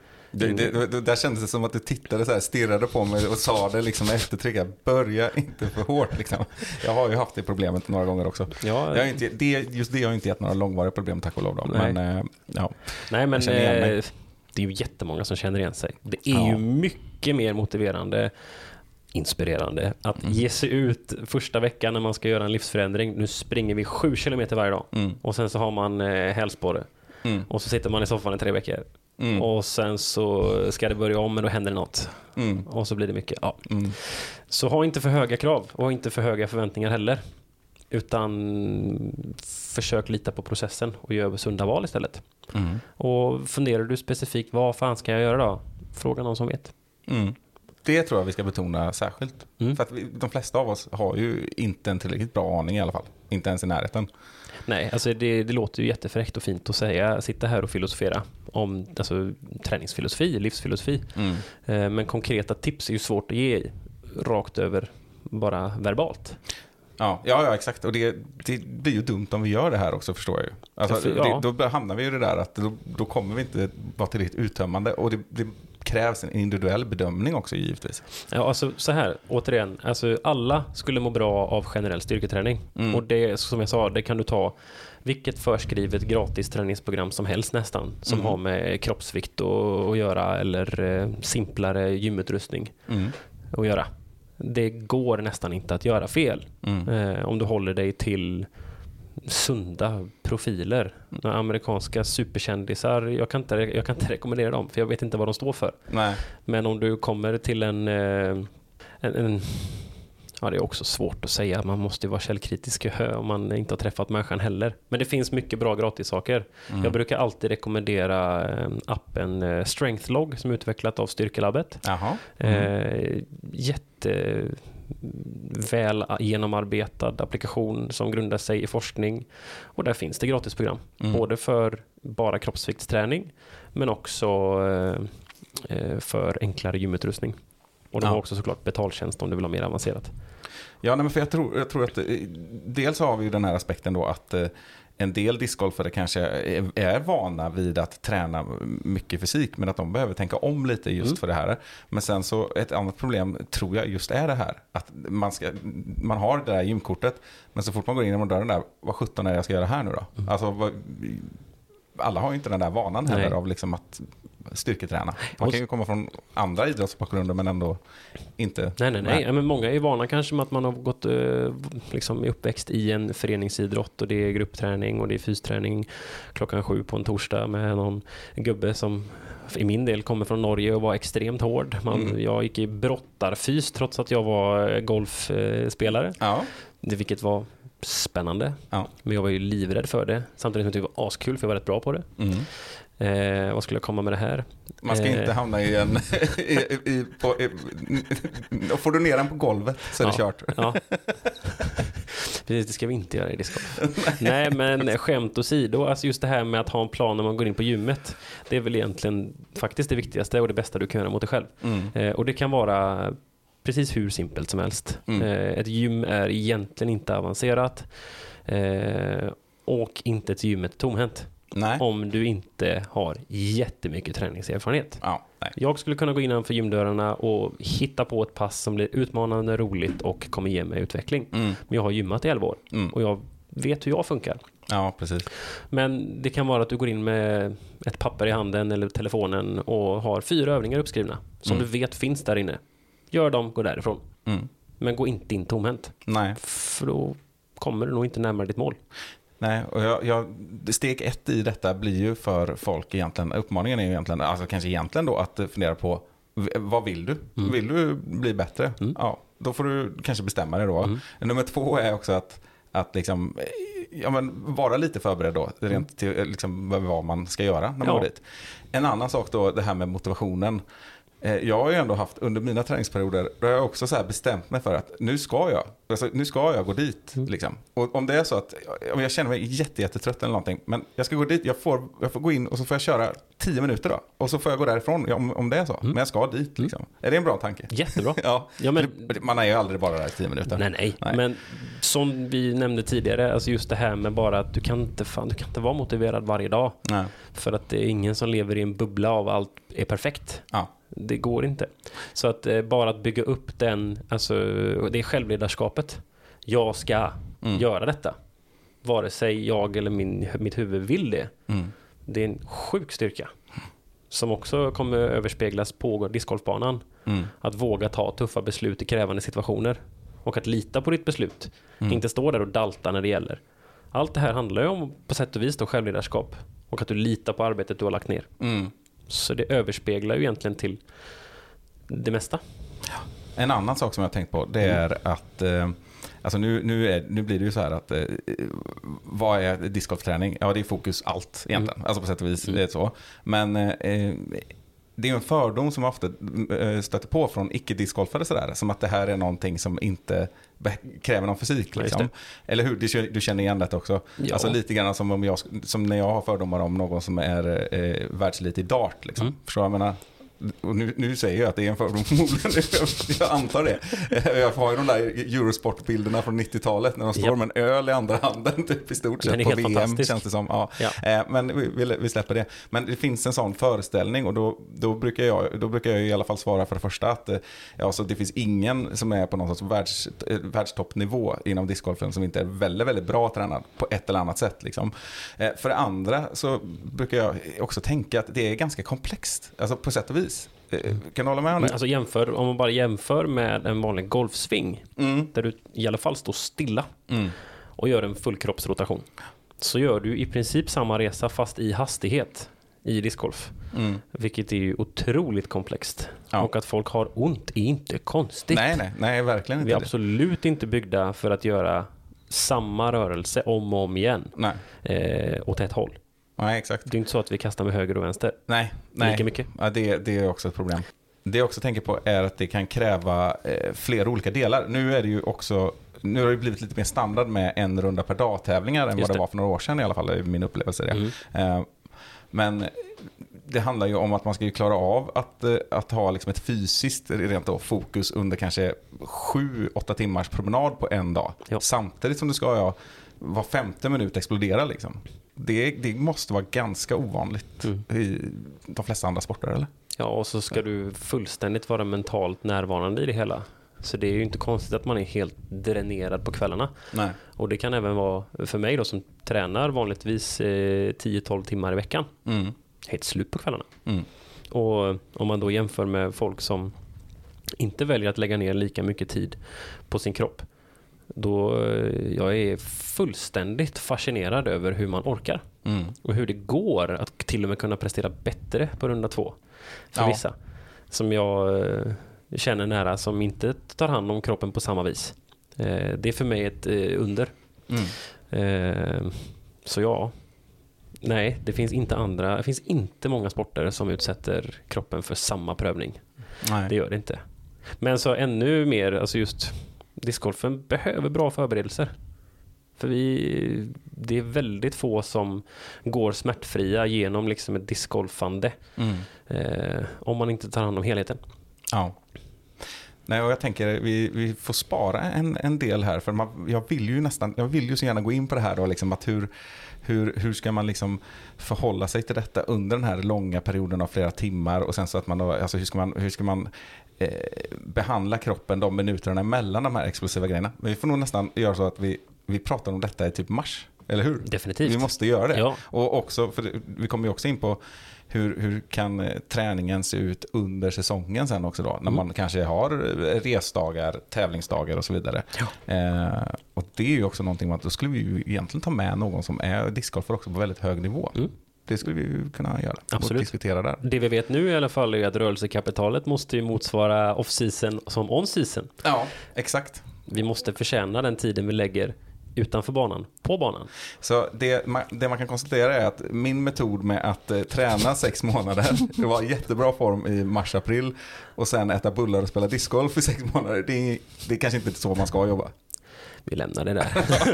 S2: Där kändes det som att du tittade så här, stirrade på mig och sa det liksom med eftertryck. Börja inte för hårt liksom. Jag har ju haft det problemet några gånger också.
S3: Ja,
S2: just det har inte gett några långvariga problem, tack och lov då.
S3: Nej.
S2: Men
S3: Nej, men det är ju jättemånga som känner igen sig. Det är ju mycket mer motiverande, inspirerande att ge sig ut första veckan när man ska göra en livsförändring. Nu springer vi 7 kilometer varje dag och sen så har man hälsporre och så sitter man i soffan i 3 veckor. Och sen så ska det börja om, men då händer det något. Och så blir det mycket. Så ha inte för höga krav och ha inte för höga förväntningar heller. utan försök lita på processen och gör sunda val istället. Och funderar du specifikt, vad fan ska jag göra då? Fråga någon som vet.
S2: Det tror jag vi ska betona särskilt. För att de flesta av oss har ju inte en tillräckligt bra aning i alla fall. Inte ens i närheten.
S3: Nej, alltså det låter ju jättefräckt och fint att sitta här och filosofera om träningsfilosofi, livsfilosofi. Men konkreta tips är ju svårt att ge rakt över bara verbalt.
S2: Ja, exakt. Och det blir ju dumt om vi gör det här också, förstår jag ju. Alltså, då hamnar vi ju i det där att då kommer vi inte vara tillräckligt uttömmande. Och det krävs en individuell bedömning också, givetvis.
S3: Ja, alltså så här, återigen. Alltså, alla skulle må bra av generell styrketräning. Och det, som jag sa, det kan du ta vilket förskrivet gratis träningsprogram som helst nästan. Som har med kroppsvikt att göra eller simplare gymutrustning att göra. Det går nästan inte att göra fel om du håller dig till sunda profiler. Några amerikanska superkändisar, jag kan inte rekommendera dem för jag vet inte vad de står för.
S2: Nej.
S3: Men om du kommer till en ja, det är också svårt att säga. Man måste ju vara källkritisk om man inte har träffat människan heller. Men det finns mycket bra gratissaker. Jag brukar alltid rekommendera appen Strengthlog som är utvecklat av Styrkelabbet. Jätteväl genomarbetad applikation som grundar sig i forskning. Och där finns det gratisprogram. Både för bara kroppsviktsträning men också för enklare gymutrustning. Och de har också såklart betaltjänst om du vill ha mer avancerat.
S2: Ja, men för jag tror att dels har vi ju den här aspekten då att en del discgolfare kanske är vana vid att träna mycket fysik men att de behöver tänka om lite just för det här. Men sen så ett annat problem tror jag just är det här att man har det där gymkortet men så fort man går in genom dörren där, vad 17 är det jag ska göra här nu då? Alltså alla har ju inte den där vanan heller av liksom att styrketräna. Man kan ju komma från andra idrottsbakgrunder men ändå inte.
S3: Nej. Men många är vana kanske med att man har gått liksom uppväxt i en föreningsidrott och det är gruppträning och det är fysträning 7:00 på en torsdag med någon gubbe som i min del kommer från Norge och var extremt hård. Jag gick i brottarfys trots att jag var golfspelare. Vilket var spännande. Men jag var ju livrädd för det. Samtidigt som jag tyckte det var askul för jag var rätt bra på det. Vad skulle jag komma med det här?
S2: Man ska inte hamna i en får du ner den på golvet så är det kört.
S3: Precis, det ska vi inte göra i discgolf. Nej, men skämt åsido, alltså just det här med att ha en plan när man går in på gymmet, det är väl egentligen faktiskt det viktigaste och det bästa du kan göra mot dig själv. Och det kan vara precis hur simpelt som helst. Ett gym är egentligen inte avancerat och inte ett gym med tomhänt.
S2: Nej.
S3: Om du inte har jättemycket träningserfarenhet.
S2: Nej.
S3: Jag skulle kunna gå innanför gymdörrarna och hitta på ett pass som blir utmanande, roligt och kommer ge mig utveckling. Men jag har gymmat i 11 år och jag vet hur jag funkar.
S2: Ja, precis.
S3: Men det kan vara att du går in med ett papper i handen eller telefonen och har 4 övningar uppskrivna som du vet finns där inne. Gör dem, gå därifrån. Men gå inte in tomhänt.
S2: Nej.
S3: För då kommer du nog inte närmare ditt mål.
S2: Nej, och steg 1 i detta blir ju för folk egentligen, uppmaningen är ju egentligen, alltså kanske egentligen då att fundera på vad vill du? Vill du bli bättre? Ja, då får du kanske bestämma det då. Nummer 2 är också att liksom, vara lite förberedd då, rent till liksom vad man ska göra när man går dit. En annan sak då, det här med motivationen. Jag har ju ändå haft under mina träningsperioder, då har jag också så här bestämt mig för att nu ska jag gå dit liksom. Och om det är så att om jag känner mig jättetrött eller någonting, men jag ska gå dit, jag får gå in och så får jag köra 10 minuter då och så får jag gå därifrån om det är så. Men jag ska dit liksom. Är det en bra tanke?
S3: Jättebra.
S2: Ja, men man är ju aldrig bara där i 10 minuter.
S3: Nej. Men som vi nämnde tidigare, alltså just det här med bara att du kan inte vara motiverad varje dag. Nej. För att det är ingen som lever i en bubbla av allt är perfekt. Ja. Det går inte. Så att bara att bygga upp den, alltså det är självledarskapet. Jag ska göra detta. Vare sig jag eller mitt huvud vill det. Det är en sjuk styrka. Som också kommer överspeglas på discgolfbanan. Att våga ta tuffa beslut i krävande situationer. Och att lita på ditt beslut. Inte stå där och dalta när det gäller. Allt det här handlar ju om på sätt och vis då självledarskap. Och att du litar på arbetet du har lagt ner. Så det överspeglar ju egentligen till det mesta.
S2: En annan sak som jag har tänkt på, det är att Alltså nu blir det ju så här att vad är discgolfträning? Ja, det är fokus allt egentligen. Alltså på sätt och vis det är så. Men det är en fördom som ofta stöter på från icke-discgolfare sådär, som att det här är någonting som inte kräver någon fysik liksom. Eller hur? Du känner igen det också. Ja. Alltså lite grann som när jag har fördomar om någon som är världselit i dart liksom. Förstår jag menar? Och nu säger jag att det är en fördom förmodligen. Jag antar det. Jag har ju de där Eurosport-bilderna från 90-talet när de står med en öl i andra handen typ i stort sett på VM känns det som. Ja. Men vi släpper det. Men det finns en sån föreställning och då brukar jag i alla fall svara för det första att alltså, det finns ingen som är på någon sorts världstoppnivå inom discgolfen som inte är väldigt, väldigt bra tränad på ett eller annat sätt. Liksom. För det andra så brukar jag också tänka att det är ganska komplext. Alltså på sätt och vis. Kan du hålla med om det?
S3: Alltså om man bara jämför med en vanlig golfsving där du i alla fall står stilla och gör en fullkroppsrotation, så gör du i princip samma resa fast i hastighet i discgolf. Vilket är ju otroligt komplext. Ja. Och att folk har ont är inte konstigt.
S2: Nej, verkligen inte.
S3: Vi är absolut inte byggda för att göra samma rörelse om och om igen åt ett håll.
S2: Nej, exakt.
S3: Det är inte så att vi kastar med höger och vänster.
S2: Nej.
S3: Lika mycket.
S2: Ja, det är också ett problem. Det jag också tänker på är att det kan kräva flera olika delar. Nu har det blivit lite mer standard med en runda per dag tävlingar än vad det var för några år sedan i alla fall, är min upplevelse det. Men det handlar ju om att man ska ju klara av att ha liksom ett fysiskt rent då, fokus under kanske 7-8 timmars promenad på en dag. Ja. Samtidigt som du ska var 5:e minut explodera liksom. Det måste vara ganska ovanligt i de flesta andra sporter, eller? Ja,
S3: och så ska du fullständigt vara mentalt närvarande i det hela. Så det är ju inte konstigt att man är helt dränerad på kvällarna. Nej. Och det kan även vara för mig då som tränar vanligtvis 10-12 timmar i veckan. Helt slut på kvällarna. Och om man då jämför med folk som inte väljer att lägga ner lika mycket tid på sin kropp, då jag är fullständigt fascinerad över hur man orkar. Och hur det går att till och med kunna prestera bättre på runda 2 för vissa. Som jag känner nära som inte tar hand om kroppen på samma vis. Det är för mig ett under. Så nej, det finns inte många sporter som utsätter kroppen för samma prövning. Nej. Det gör det inte. Men så ännu mer, alltså just discgolfen behöver bra förberedelser. För det är väldigt få som går smärtfria genom liksom ett discgolfande om man inte tar hand om helheten. Ja.
S2: Nej, och jag tänker vi får spara en del här, för jag vill ju så gärna gå in på det här då, liksom att hur ska man liksom förhålla sig till detta under den här långa perioden av flera timmar, och sen så att man då, alltså hur ska man behandla kroppen de minuterna emellan de här explosiva grejerna. Men vi får nog nästan göra så att vi pratar om detta i typ mars, eller hur?
S3: Definitivt.
S2: Vi måste göra det.
S3: Ja.
S2: Och också, för vi kommer ju också in på hur kan träningen se ut under säsongen sen också då, när man kanske har resdagar, tävlingsdagar och så vidare. Ja. Och det är ju också någonting, då skulle vi ju egentligen ta med någon som är discgolfare också på väldigt hög nivå. Det skulle vi ju kunna göra.
S3: Absolut.
S2: Och diskutera där.
S3: Det vi vet nu i alla fall är att rörelsekapitalet måste ju motsvara off-season som on-season.
S2: Ja, exakt.
S3: Vi måste förtjäna den tiden vi lägger utanför banan, på banan.
S2: Så det man kan konstatera är att min metod med att träna 6 månader, det var jättebra form i mars-april, och sen äta bullar och spela discgolf i 6 månader. Det är kanske inte så man ska jobba.
S3: Vi lämnar det där.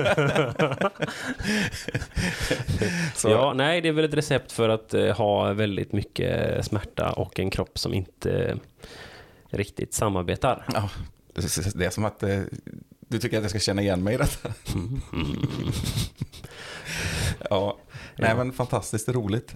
S3: Ja, nej, det är väl ett recept för att ha väldigt mycket smärta och en kropp som inte riktigt samarbetar.
S2: Ja, det är som att du tycker att jag ska känna igen mig i detta. Ja, nej, men fantastiskt roligt.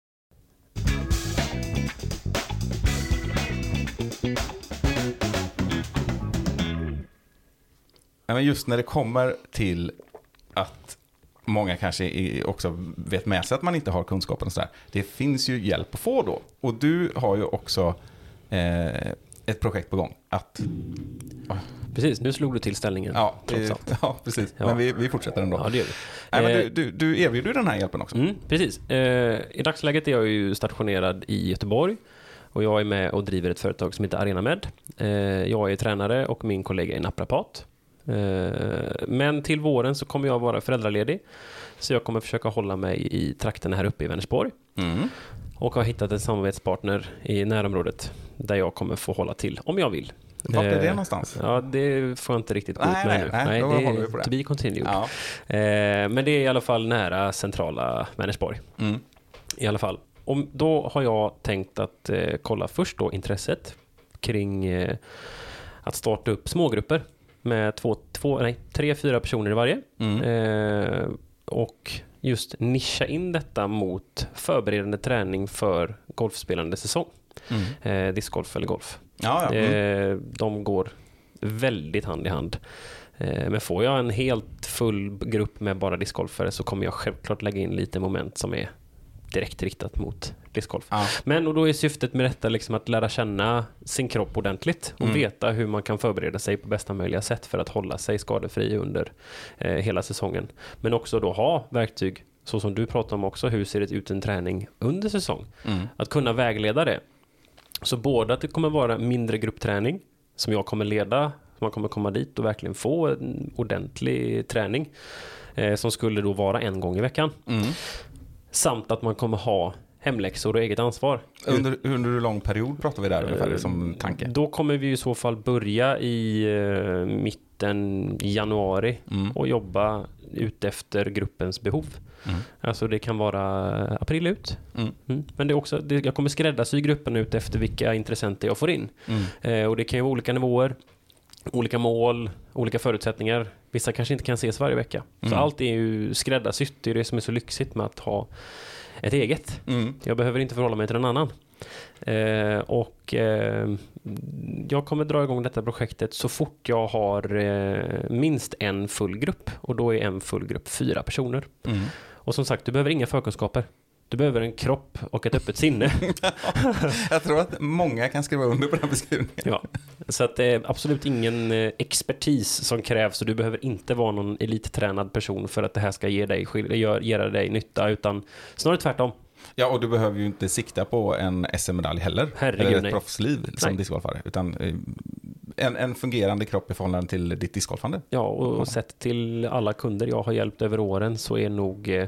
S2: Men just när det kommer till att många kanske också vet med sig att man inte har kunskapen och sådär, det finns ju hjälp att få då. Och du har ju också ett projekt på gång att...
S3: Precis, nu slog du till ställningen.
S2: Ja, precis. Ja. Men vi fortsätter ändå.
S3: Ja, det gör vi.
S2: Nej, men du erbjuder ju den här hjälpen också.
S3: Precis. I dagsläget är jag ju stationerad i Göteborg. Och jag är med och driver ett företag som heter ArenaMed. Jag är tränare och min kollega är naprapat. Men till våren så kommer jag vara föräldraledig. Så jag kommer försöka hålla mig i trakten här uppe i Vänersborg. Och har hittat en samarbetspartner i närområdet där jag kommer få hålla till om jag vill.
S2: Vart är det någonstans?
S3: Ja, det får jag inte riktigt gå ut med nu.
S2: Nej, då
S3: det
S2: håller vi på det.
S3: To be continued.
S2: Ja.
S3: Men det är i alla fall nära centrala Vänersborg. I alla fall. Och då har jag tänkt att kolla först då intresset kring att starta upp smågrupper med 3-4 personer i varje. Och just nischa in detta mot förberedande träning för golfspelande säsong. Discgolf eller golf. De går väldigt hand i hand. Men får jag en helt full grupp med bara discgolfare så kommer jag självklart lägga in lite moment som är direkt riktat mot discgolf. Men och då är syftet med detta liksom att lära känna sin kropp ordentligt och veta hur man kan förbereda sig på bästa möjliga sätt för att hålla sig skadefri under hela säsongen. Men också då ha verktyg så som du pratar om också, hur ser det ut en träning under säsong? Att kunna vägleda det. Så både att det kommer vara mindre gruppträning som jag kommer leda, man kommer komma dit och verkligen få en ordentlig träning som skulle då vara en gång i veckan. Samt att man kommer ha hemläxor och eget ansvar.
S2: Under hur lång period pratar vi där ungefär som tanke?
S3: Då kommer vi i så fall börja i mitten januari och jobba ut efter gruppens behov. Alltså det kan vara april ut. Men det är också, jag kommer skräddarsy gruppen ut efter vilka intressenter jag får in. Och det kan ju vara olika nivåer, olika mål, olika förutsättningar. Vissa kanske inte kan ses varje vecka. Så allt är ju skräddarsytt. Det är det som är så lyxigt med att ha ett eget. Jag behöver inte förhålla mig till någon annan. Jag kommer dra igång detta projektet så fort jag har minst en full grupp. Och då är en full grupp 4 personer. Och som sagt, du behöver inga förkunskaper. Du behöver en kropp och ett öppet sinne.
S2: Jag tror att många kan skriva under på den beskrivningen.
S3: Ja, så att det är absolut ingen expertis som krävs och du behöver inte vara någon elittränad person för att det här ska ge dig nytta, utan snarare tvärtom.
S2: Ja, och du behöver ju inte sikta på en SM-medalj heller.
S3: Herregud,
S2: eller ett proffsliv som discgolfare, utan en fungerande kropp i förhållande till ditt discgolfande.
S3: Ja, och sett till alla kunder jag har hjälpt över åren så är nog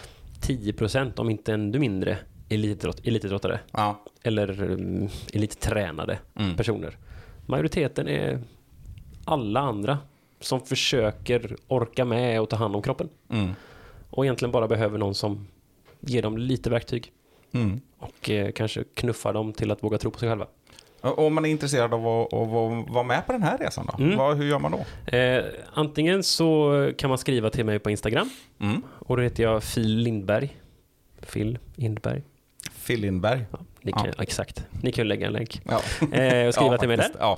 S3: 10%, om inte ännu mindre, elitidrottare. Eller elittränade personer. Majoriteten är alla andra som försöker orka med och ta hand om kroppen. Och egentligen bara behöver någon som ger dem lite verktyg. Och kanske knuffar dem till att våga tro på sig själva.
S2: Och om man är intresserad av att vara med på den här resan då? Hur gör man då?
S3: Antingen så kan man skriva till mig på Instagram. Och då heter jag Phil Lindberg. Phil Lindberg.
S2: Phil Lindberg.
S3: Ja, exakt. Ni kan lägga en länk.
S2: Och
S3: skriva till mig där.
S2: Ja.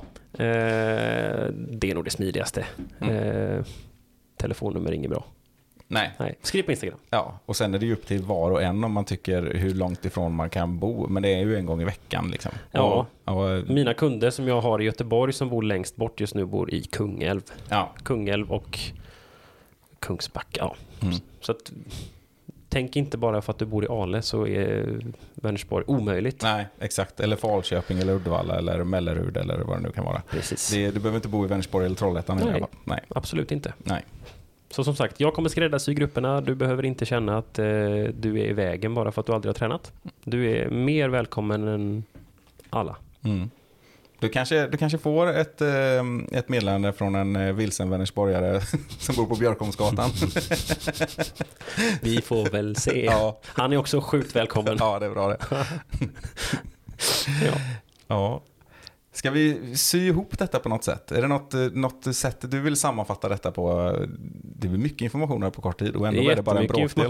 S3: Det är nog det smidigaste. Telefonnummer är inget bra.
S2: Nej.
S3: Skriv på Instagram.
S2: Ja, och sen är det ju upp till var och en om man tycker hur långt ifrån man kan bo. Men det är ju en gång i veckan liksom.
S3: Ja, mina kunder som jag har i Göteborg som bor längst bort just nu bor i Kungälv. Kungälv och Kungsbacka. Så att tänk inte bara för att du bor i Ale så är Vänersborg omöjligt. Nej,
S2: exakt. Eller Falköping eller Uddevalla eller Mellerud eller vad det nu kan vara.
S3: Precis.
S2: Du behöver inte bo i Vänersborg eller Trollhättan.
S3: Nej, absolut inte.
S2: Nej.
S3: Så som sagt, jag kommer skräddarsy grupperna. Du behöver inte känna att du är i vägen bara för att du aldrig har tränat. Du är mer välkommen än alla.
S2: Du kanske får ett meddelande från en vilsen vänersborgare som bor på Björkholmsgatan.
S3: Vi får väl se.
S2: Ja.
S3: Han är också sjukt välkommen.
S2: Ja, det är bra det. Ja. Ska vi sy ihop detta på något sätt? Är det något sätt du vill sammanfatta detta på? Det är mycket information här på kort tid och ändå är det bara en bråkdel.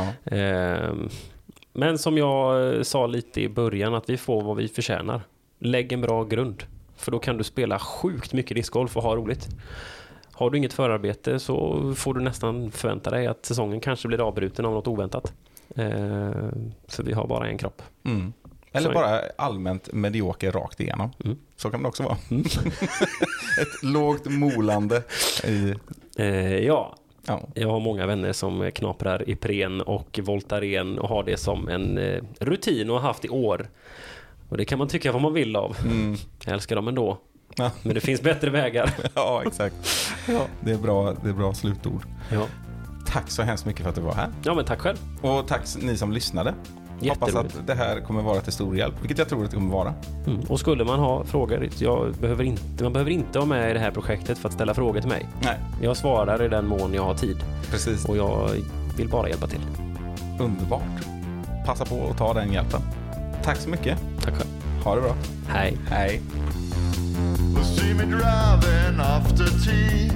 S3: Men som jag sa lite i början, att vi får vad vi förtjänar. Lägg en bra grund. För då kan du spela sjukt mycket discgolf och ha roligt. Har du inget förarbete så får du nästan förvänta dig att säsongen kanske blir avbruten av något oväntat. För vi har bara en kropp.
S2: Eller bara allmänt medioker rakt igenom. Så kan det också vara. Ett lågt molande i...
S3: Ja. Jag har många vänner som knaprar Ipren och Voltaren och har det som en rutin och har haft i år. Och det kan man tycka vad man vill av. Jag älskar dem ändå.
S2: Ja.
S3: Men det finns bättre vägar.
S2: Ja, exakt.
S3: Ja.
S2: Det är bra slutord.
S3: Ja.
S2: Tack så hemskt mycket för att du var här.
S3: Ja, men tack själv.
S2: Och tack ni som lyssnade. Hoppas att det här kommer vara till stor hjälp, vilket jag tror att det kommer vara.
S3: Och skulle man ha frågor, man behöver inte vara med i det här projektet för att ställa frågor till mig.
S2: Nej.
S3: Jag svarar i den mån jag har tid.
S2: Precis.
S3: Och jag vill bara hjälpa till.
S2: Underbart. Passa på att ta den hjälpen. Tack så mycket.
S3: Tack själv.
S2: Ha det bra.
S3: Hej.
S2: Hej.
S1: Will see me driving after tea.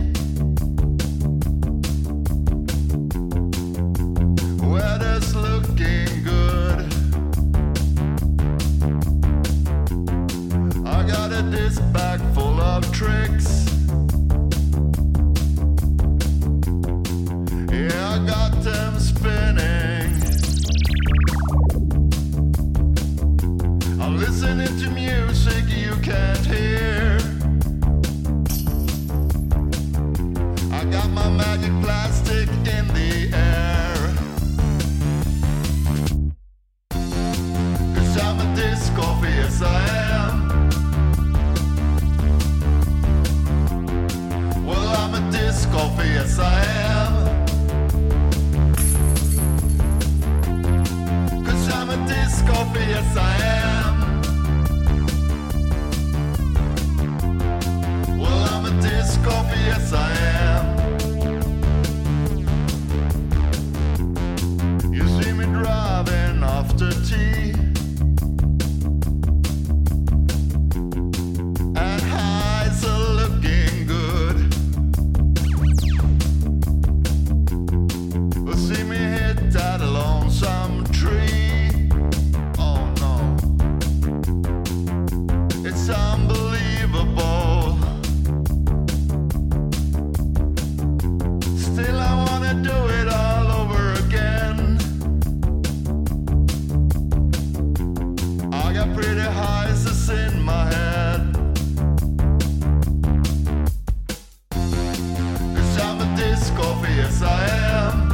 S1: Weather's looking good. I got a disc bag full of tricks. Yeah, I got them spinning. I'm listening to music you can't hear. I got my magic plastic in the air. 'Cause I'm a disc golfer, yes I am. Well, I'm a disc golfer, yes I am. 'Cause I'm a disc golfer, yes I am. Well, I'm a disc golfer, yes I am. You see me driving after tea. And highs are looking good. We'll see me hit that lonesome tree. Oh no, it's unbelievable. Still I wanna do it all over again. I got pretty highs that's in my head. 'Cause I'm a disc golfer, yes I am.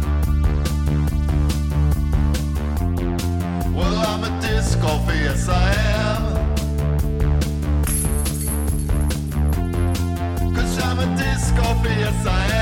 S1: Well, I'm a disc golfer, yes I am. 'Cause I'm a disc golfer, yes I am.